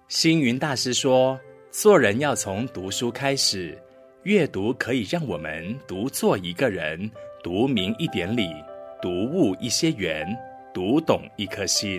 星云大师说，做人要从读书开始，阅读可以让我们读做一个人，读明一点理，读悟一些缘，读懂一颗心。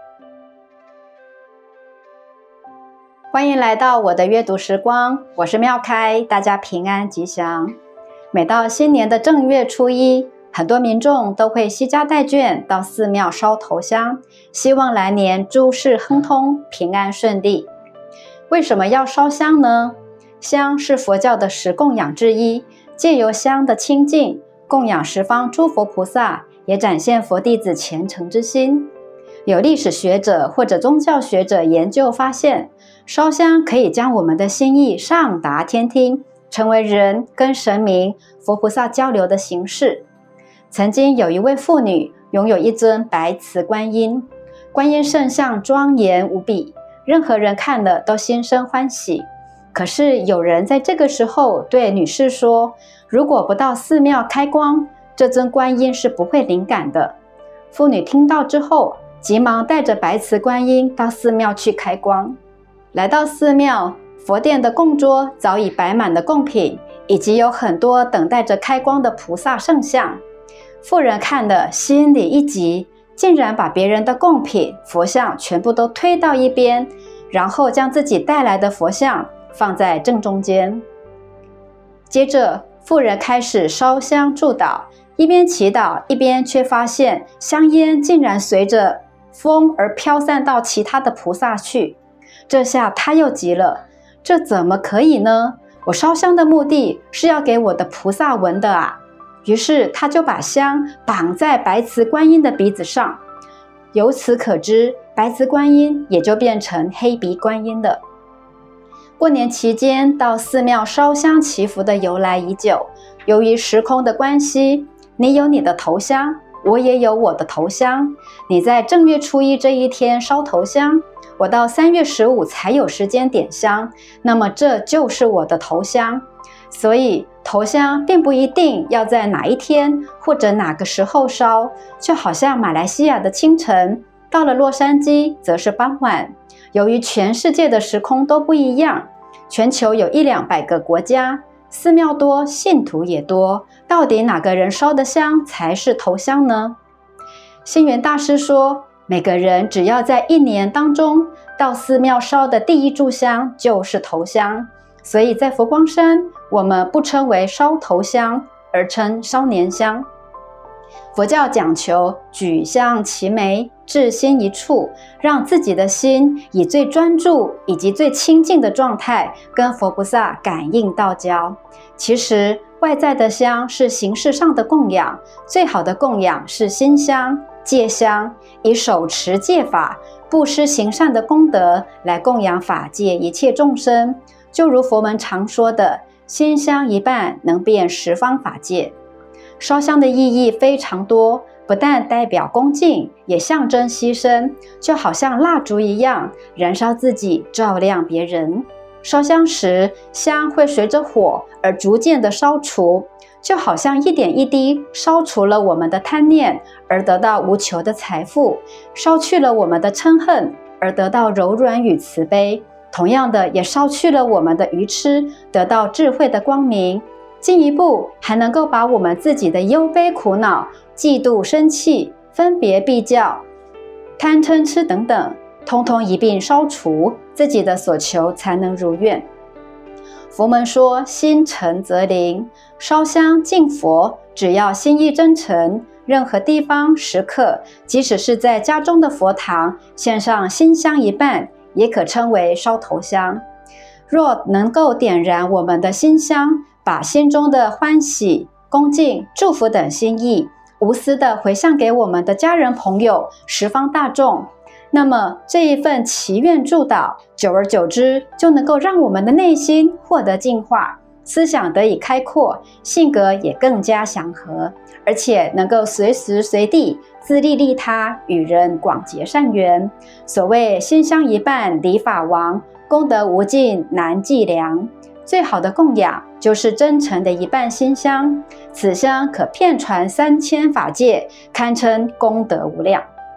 欢迎来到我的阅读时光，我是妙开，大家平安吉祥。每到新年的正月初一，很多民众都会携家带眷到寺庙烧头香，希望来年诸事亨通，平安顺利。为什么要烧香呢？香是佛教的10供养之一，借由香的清净，供养十方诸佛菩萨，也展现佛弟子虔诚之心。有历史学者或者宗教学者研究发现，烧香可以将我们的心意上达天听，成为人跟神明、佛菩萨交流的形式。曾经有一位妇女拥有一尊白瓷观音，观音圣像庄严无比，任何人看了都心生欢喜。可是有人在这个时候对女士说，如果不到寺庙开光，这尊观音是不会灵感的。妇女听到之后，急忙带着白瓷观音到寺庙去开光。来到寺庙，佛殿的供桌早已摆满了贡品，以及有很多等待着开光的菩萨圣像。妇人看了心里一急，竟然把别人的贡品、佛像全部都推到一边，然后将自己带来的佛像放在正中间。接着妇人开始烧香祝祷，一边祈祷一边却发现香烟竟然随着风而飘散到其他的菩萨去。这下她又急了，这怎么可以呢？我烧香的目的是要给我的菩萨闻的啊！于是他就把香绑在白瓷观音的鼻子上，由此可知，白瓷观音也就变成黑鼻观音了。过年期间到寺庙烧香祈福的由来已久，由于时空的关系，你有你的头香，我也有我的头香。你在正月初一这一天烧头香，我到3月15才有时间点香，那么这就是我的头香。所以头香并不一定要在哪一天或者哪个时候烧，就好像马来西亚的清晨，到了洛杉矶则是傍晚。由于全世界的时空都不一样，全球有100-200个国家，寺庙多，信徒也多，到底哪个人烧的香才是头香呢？星云大师说，每个人只要在1年当中到寺庙烧的第一炷香就是头香。所以在佛光山，我们不称为烧头香，而称烧年香。佛教讲求举香齐眉，至心一处，让自己的心以最专注以及最清净的状态跟佛菩萨感应道交。其实外在的香是形式上的供养，最好的供养是心香、戒香，以手持戒法、布施行善的功德来供养法界一切众生。就如佛门常说的，心香一半能遍十方法界。烧香的意义非常多，不但代表恭敬，也象征牺牲，就好像蜡烛一样，燃烧自己，照亮别人。烧香时，香会随着火而逐渐的烧除，就好像一点一滴烧除了我们的贪念，而得到无求的财富；烧去了我们的嗔恨，而得到柔软与慈悲。同样的，也烧去了我们的愚痴，得到智慧的光明。进一步还能够把我们自己的忧悲苦恼、嫉妒生气、分别比较、贪嗔痴等等，通通一并烧除，自己的所求才能如愿。佛门说心诚则灵，烧香敬佛，只要心意真诚，任何地方时刻，即使是在家中的佛堂，献上心香一半，也可称为烧头香。若能够点燃我们的心香，把心中的欢喜、恭敬、祝福等心意无私地回向给我们的家人朋友、十方大众，那么这一份祈愿祝祷，久而久之就能够让我们的内心获得净化，思想得以开阔，性格也更加祥和，而且能够随时随地自利利他，与人广结善缘。所谓心香一半礼法王，功德无尽难计量。最好的供养就是真诚的一半心香，此香可遍传3000法界，堪称功德无量。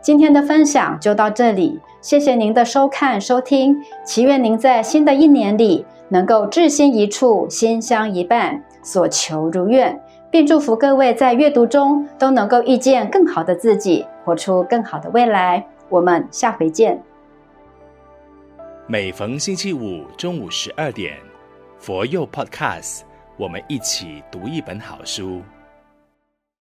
今天的分享就到这里，谢谢您的收看收听，祈愿您在新的一年里能够志心一处，心相一伴，所求如愿，并祝福各位在阅读中都能够遇见更好的自己，活出更好的未来。我们下回见。 每逢星期五中午12点，佛佑 Podcast， 我们一起读一本好书。